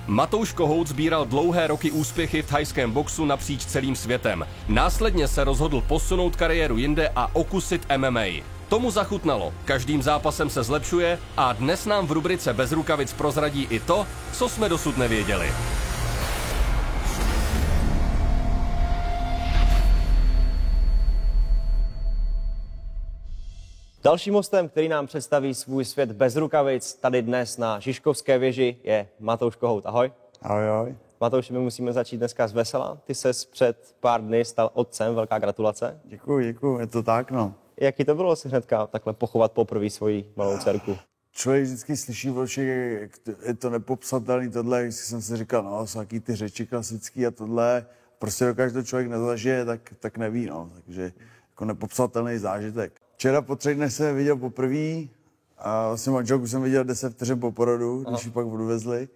Matouš Kohout sbíral dlouhé roky úspěchy v thajském boxu napříč celým světem. Následně se rozhodl posunout kariéru jinde a okusit MMA. Tomu zachutnalo, každým zápasem se zlepšuje a dnes nám v rubrice Bez rukavic prozradí i to, co jsme dosud nevěděli. Dalším hostem, který nám představí svůj svět bez rukavic, tady dnes na Žižkovské věži, je Matouš Kohout. Ahoj. Ahoj, ahoj. Matouši, my musíme začít dneska z vesela. Ty ses před pár dny stal otcem, velká gratulace. Děkuju, je to tak, no. Jaký to bylo si hnedka takhle pochovat poprvé svoji malou dcerku? Člověk vždycky slyší v očích, jak je to nepopsatelný tohle, když jsem si říkal, no, jsou jaký ty řeči klasický a tohle, prostě dokud to člověk nezažije, tak neví, no, takže jako nepopsatelný zážitek. Včera po 3 dnech jsem viděl poprvé a vlastně manželku jsem viděl 10 vteřin po porodu, když ji pak odvezli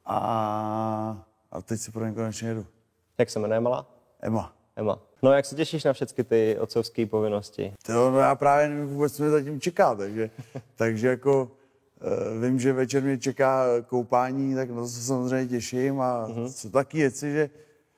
a teď si pro ně konečně jedu. Jak se jmenuje malá? Emma. No jak se těšíš na všechny ty otcovské povinnosti? No já právě nevím vůbec, co mě zatím čeká, takže jako vím, že večer mě čeká koupání, tak na to se samozřejmě těším a jsou taky věci, že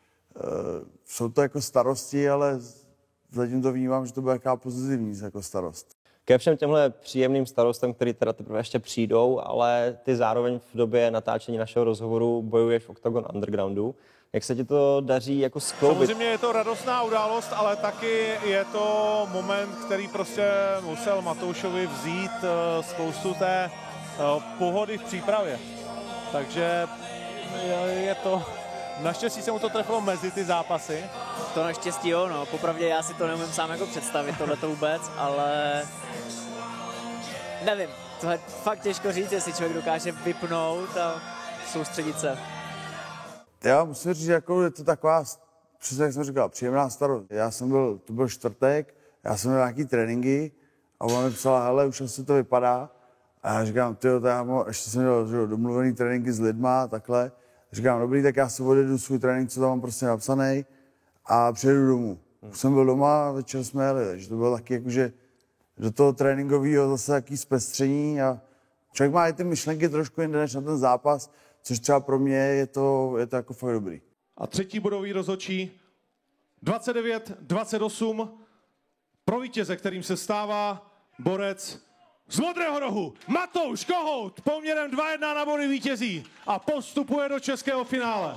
jsou to jako starosti, ale zatím to vnímám, že to bude jaká pozitivní jako starost. Ke všem těmhle příjemným starostem, který teda teprve ještě přijdou, ale ty zároveň v době natáčení našeho rozhovoru bojuješ v Octagon Undergroundu. Jak se ti to daří jako skloubit? Samozřejmě je to radostná událost, ale taky je to moment, který prostě musel Matoušovi vzít spoustu té pohody v přípravě. Takže je to... Naštěstí se mu to trefilo mezi ty zápasy. To naštěstí jo, no. Popravdě já si to neumím sám jako představit, tohleto vůbec, ale... Nevím, tohle fakt těžko říct, jestli člověk dokáže vypnout a soustředit se. Já musím říct, že jako je to taková, přesně jak jsem říkal, příjemná starost. To byl čtvrtek, já jsem měl nějaký tréninky a ona mi psala, hele, už asi to vypadá. A já říkám, ještě jsem měl domluvený tréninky s lidma, takhle. Říkám, dobrý, tak já si odjedu svůj trénink, co tam mám prostě napsaný a přijedu domů. Už jsem byl doma a večer jsme jeli, takže to bylo taky jakože do toho tréninkového zase taký zpestření a člověk má i ty myšlenky trošku jinde než na ten zápas, což třeba pro mě je to jako fakt dobrý. A třetí bodový rozhodčí 29-28 pro vítěze, kterým se stává borec z Modrého rohu Matouš Kohout poměrem 2-1 na body vítězí a postupuje do českého finále.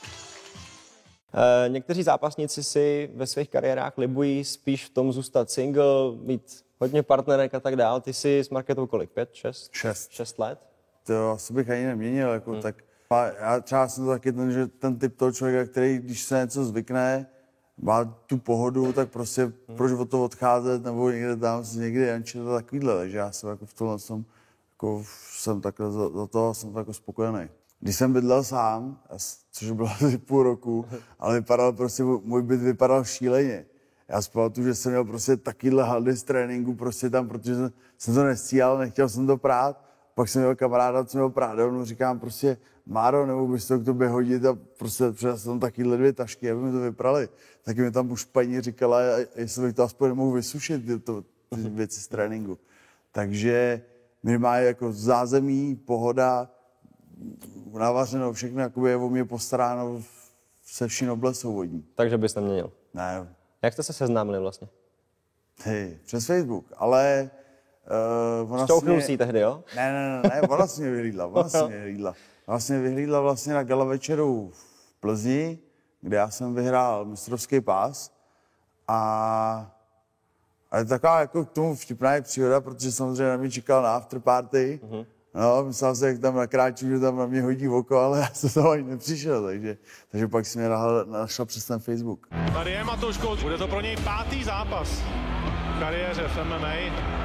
Někteří zápasníci si ve svých kariérách libují spíš v tom zůstat single, mít hodně partnerek a tak dál. Ty jsi s Markétou kolik? 5, 6? 6 let? To asi bych ani neměnil, jako tak. Já třeba jsem to taky ten typ toho člověka, který když se něco zvykne, má tu pohodu, tak prostě proč od toho odcházet nebo někde tam si někde jančit to takovýhle, takže já jsem jako v tomhle jsem takhle za toho jsem tak jako spokojený. Když jsem bydlel sám, což bylo asi půl roku, ale můj byt vypadal šíleně. Já si pamatuju, že jsem měl prostě takovýhle haldy z tréninku prostě tam, protože jsem to nestíhal, nechtěl jsem to prát. Pak jsem měl kamaráda, co měl prádovnu, říkám prostě, Máro, nebo bys to k tobě hodit a prostě přidal jsem tam takovýhle 2 tašky, aby mi to vyprali. Taky mi tam už paní říkala, jestli bych to aspoň nemohl vysušit, ty věci z tréninku. Takže minimálně jako zázemí, pohoda, navařeno, všechno jakoby je o mě postaráno se vším oblesou vodní. Takže bys neměnil? Ne. Jak jste se seznámili vlastně? Přes Facebook, ale... Šťouchnul si tehdy, jo? Ne, ona si mě vyhlídla. Ona si mě vyhlídla vlastně na gala večeru v Plzni, kde já jsem vyhrál mistrovský pás a je taková jako k tomu vtipná je příhoda, protože samozřejmě na mě čekal na afterparty. No, myslel jsem, jak tam nakráčím, že tam na mě hodí oko, ale já jsem tam ani nepřišel, takže pak si mě našla přes ten Facebook. Tady je Matouš Kohout, bude to pro něj 5. zápas v kariéře v MMA.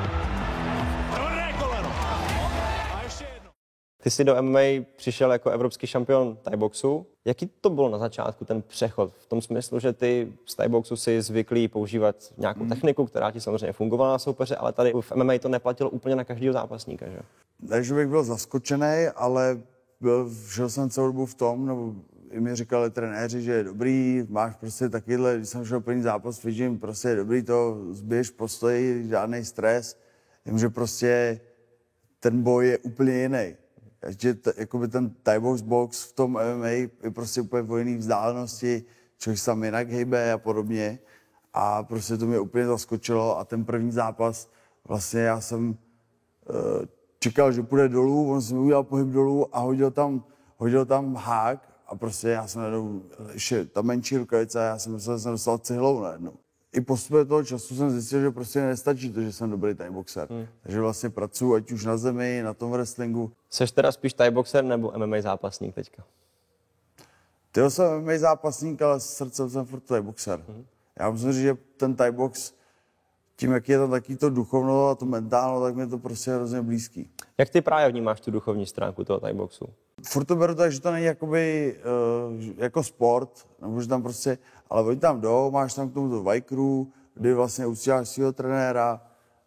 Ty jsi do MMA přišel jako evropský šampion thaiboxu. Jaký to bylo na začátku ten přechod? V tom smyslu, že ty z thaiboxu si zvyklý používat nějakou techniku, která ti samozřejmě fungovala na soupeře, ale tady v MMA to neplatilo úplně na každého zápasníka, že? Takže bych byl zaskočený, ale žil jsem celou dobu v tom, nebo i mi říkali trenéři, že je dobrý, máš prostě takovýhle, když jsem šel první zápas v gym, prostě je dobrý to, zběž, postoji, žádný stres. Vím, že prostě ten boj je úplně jiný. že jakoby ten Thai box v tom MMA je prostě úplně o jiný vzdálenosti, člověk se tam jinak hejbe a podobně. A prostě to mě úplně zaskočilo a ten první zápas, vlastně já jsem čekal, že půjde dolů, on si udělal pohyb dolů a hodil tam hák a prostě já jsem najednou, ještě ta menší rukavice, já jsem myslel, že jsem dostal cihlou najednou. I postupem toho času jsem zjistil, že prostě nestačí to, že jsem dobrý thai boxer. Takže vlastně pracuji ať už na zemi, na tom wrestlingu. Seš teda spíš thai boxer nebo MMA zápasník teďka? Tyjo, jsem MMA zápasník, ale s srdcem jsem furt thai boxer. Já musím říct, že ten thai box, tím, jak je tam taky to duchovno a to mentálno, tak mi to prostě hrozně blízký. Jak ty právě vnímáš tu duchovní stránku toho thai boxu? Furt to beru tak, že to není jakoby, jako sport, nebo že tam prostě, ale oni tam jdou, máš tam k tomu to vajkru, kdy vlastně uctíváš svého trenéra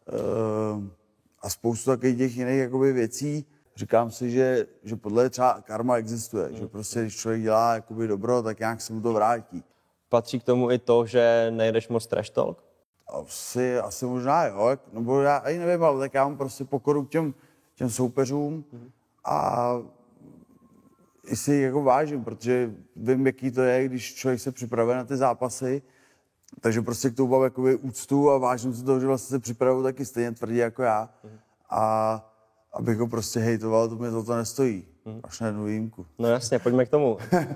a spoustu takových těch jiných jakoby věcí. Říkám si, že podle třeba karma existuje, že prostě když člověk dělá jakoby dobro, tak nějak se mu to vrátí. Patří k tomu i to, že nejdeš moc trash talk? Asi možná jo, nebo já ani nevím, ale tak já mám prostě pokoru k těm soupeřům a i si jako vážím, protože vím, jaký to je, když člověk se připravuje na ty zápasy, takže prostě k tomu mám jakoby úctu a vážím si toho, že vlastně se připravuju taky stejně tvrdě jako já a abych ho prostě hejtoval, to mě za to nestojí. Až na jednu výjimku. No jasně, pojďme k tomu.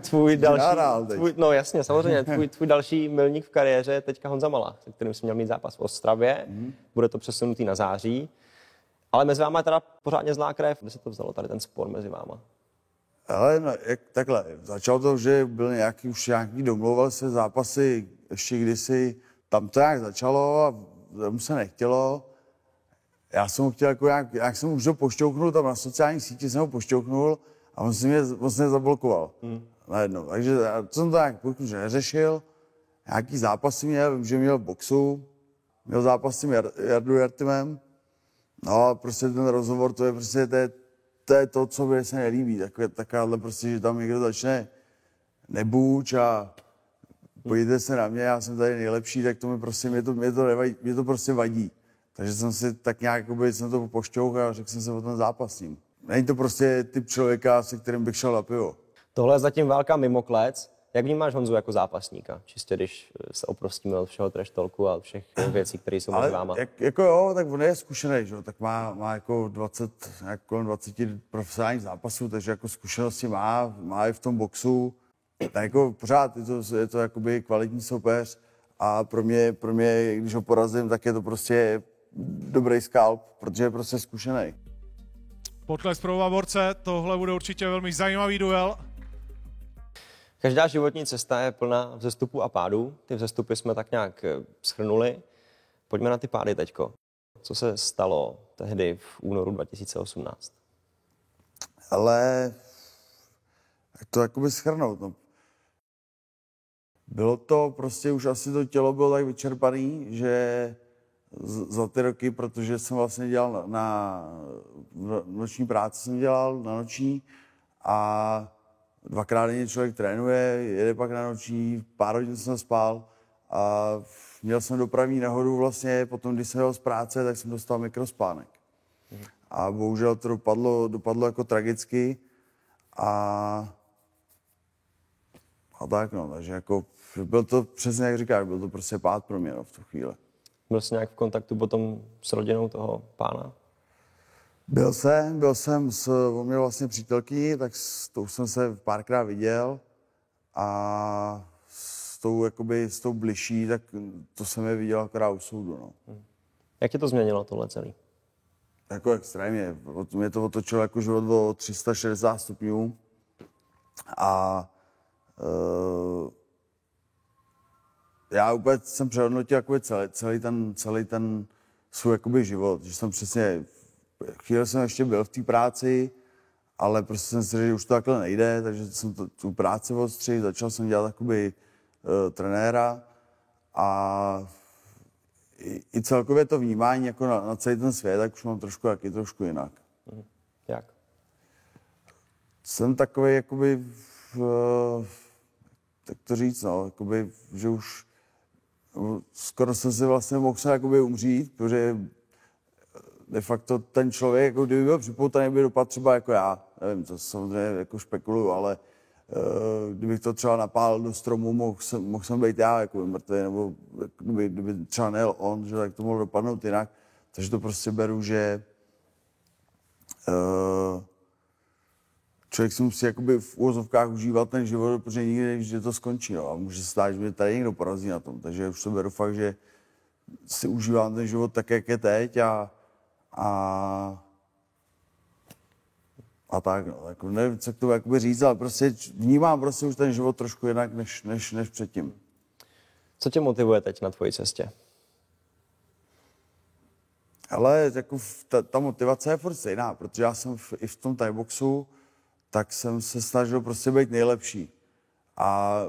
No jasně, samozřejmě, tvůj další milník v kariéře je teďka Honza Malá, se kterým jsi měl mít zápas v Ostravě. Bude to přesunutý na září. Ale mezi váma je teda pořádně zlá krev. Kde se to vzalo, tady ten spor mezi váma? Ale no, takhle, začalo to, že byl nějaký domlouval se zápasy ještě kdysi, tam to nějak začalo a mu se nechtělo. Já jsem ho chtěl jako jak jsem už ho pošťouknul, tam na sociální síti jsem ho pošťouknul a on se mě zablokoval najednou. Takže jsem to nějak neřešil, nějaký zápasy měl, vím, že měl v boxu, měl zápas s tím Jardou Jartimem, no a prostě ten rozhovor, to je prostě to, co mi se nelíbí, takováhle prostě, že tam někdo začne nebuď a podívejte se na mě, já jsem tady nejlepší, tak to mě to prostě vadí. Takže jsem si tak nějak jsem to pošťouchal a řekl jsem se o tom zápas s ním. Není to prostě typ člověka, se kterým bych šel na pivo. Tohle je zatím válka mimo klec. Jak vnímáš Honzu jako zápasníka? Čistě když se oprostíme od všeho trash talku a všech věcí, které jsou mezi váma. Jako jo, tak on je zkušený, že? Tak má jako kolem 20 profesionálních zápasů, takže jako zkušenosti má i v tom boxu. Tak jako pořád je to jakoby kvalitní soupeř a pro mě, když ho porazím, tak je to prostě dobrý skalp, protože je prostě zkušený. Potlesk pro oba borce, tohle bude určitě velmi zajímavý duel. Každá životní cesta je plná vzestupů a pádů. Ty vzestupy jsme tak nějak shrnuli. Pojďme na ty pády teďko. Co se stalo tehdy v únoru 2018? Ale jak to jakoby shrnout, no. Bylo to prostě, už asi to tělo bylo tak vyčerpaný, že za ty roky, protože jsem vlastně dělal na noční práci, jsem dělal na noční a 2krát denně člověk trénuje, jede pak na noční, pár hodin jsem spal a měl jsem dopravní nehodu vlastně, potom když jsem jel z práce, tak jsem dostal mikrospánek. A bohužel to dopadlo jako tragicky a tak no, takže jako byl to přesně jak říkáš, byl to prostě pád pro mě v tu chvíli. Byl jsi nějak v kontaktu potom s rodinou toho pána? Byl jsem, on měl vlastně přítelkyni, tak s tou jsem se párkrát viděl a s tou bližší, tak to jsem je viděl akorát u soudu, no. Jak tě to změnilo tohle celý? Jako extrémně, mě to otočilo jako život o 360 stupňů a já úplně jsem přehodnotil celý ten svůj jakoby život, že jsem přesně, chvíli jsem ještě byl v té práci, ale prostě jsem si řekl, že už to takhle nejde, takže jsem tu práci odstřihl, začal jsem dělat jakoby trenéra a i celkově to vnímání jako na celý ten svět, tak už mám trošku jinak. Jak? Jsem takový jakoby, tak to říct, no, jakoby, že už skoro jsem si vlastně mohl jakoby umřít, protože de facto ten člověk, jako kdyby byl připoutaný, by dopadl třeba jako já. nevím, to samozřejmě jako spekuluju, ale kdybych to třeba napálil do stromu, mohl jsem být já jako mrtvý, nebo kdyby třeba nejel on, že tak to mohlo dopadnout jinak. Takže to prostě beru, že člověk si musí jakoby v úvozovkách užívat ten život, protože nikdy nevíš, že to skončí. No. A může se stát, že mě tady někdo porazí na tom. Takže už to beru fakt, že si užívám ten život tak, jak je teď a tak, no. Jako nevím, co k tomu jakoby říct, ale prostě vnímám prostě už ten život trošku jinak, než předtím. Co tě motivuje teď na tvojí cestě? Ale jako ta motivace je furt stejná, protože já jsem i v tom thaiboxu, tak jsem se snažil prostě být nejlepší. A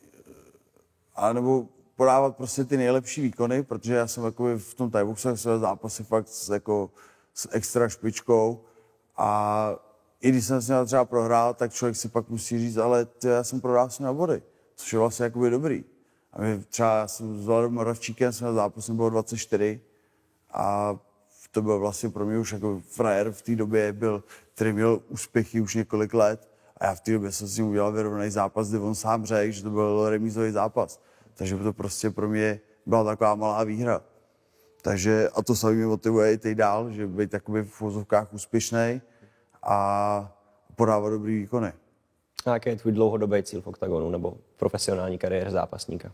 nebo podávat prostě ty nejlepší výkony, protože já jsem jako v tom thaiboxu své zápasy fakt s extra špičkou. A i když jsem si třeba prohrál, tak člověk si pak musí říct, ale já jsem prohrál si na body, což je vlastně jakoby dobrý. A my třeba já jsem s Vladem Moravčíkem, jsem na zápasem bylo 24 a to byl vlastně pro mě už jako frajer v té době byl, který měl úspěchy už několik let a já v té době jsem si udělal vyrovnaný zápas, kdy on sám řekl, že to byl remízový zápas. Takže to prostě pro mě byla taková malá výhra. Takže a to samé mě motivuje i teď dál, že být takový v uvozovkách úspěšný a podávat dobrý výkony. A jaký je tvůj dlouhodobý cíl v oktagonu nebo profesionální kariéře zápasníka?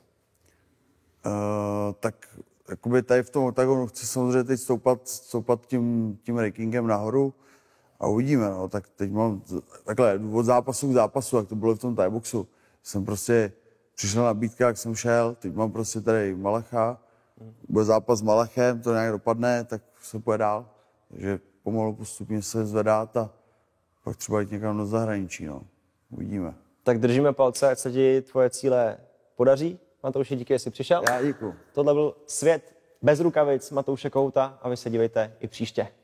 Tak jakoby tady v tom oktagonu chci samozřejmě teď stoupat tím rankingem nahoru a uvidíme. No. Tak teď mám takhle od zápasu k zápasu, jak to bylo v tom thaiboxu. Jsem prostě přišel nabídka, jak jsem šel, teď mám prostě tady Malecha, bude zápas s Malechem, to nějak dopadne, tak se půjde dál. Takže pomalu postupně se zvedat a pak třeba jít někam do zahraničí. No. Uvidíme. Tak držíme palce, ať se ti tvoje cíle podaří. Matouši, díky, že jsi přišel. Já děkuju. Tohle byl Svět bez rukavic Matouše Kouta a vy se dívejte i příště.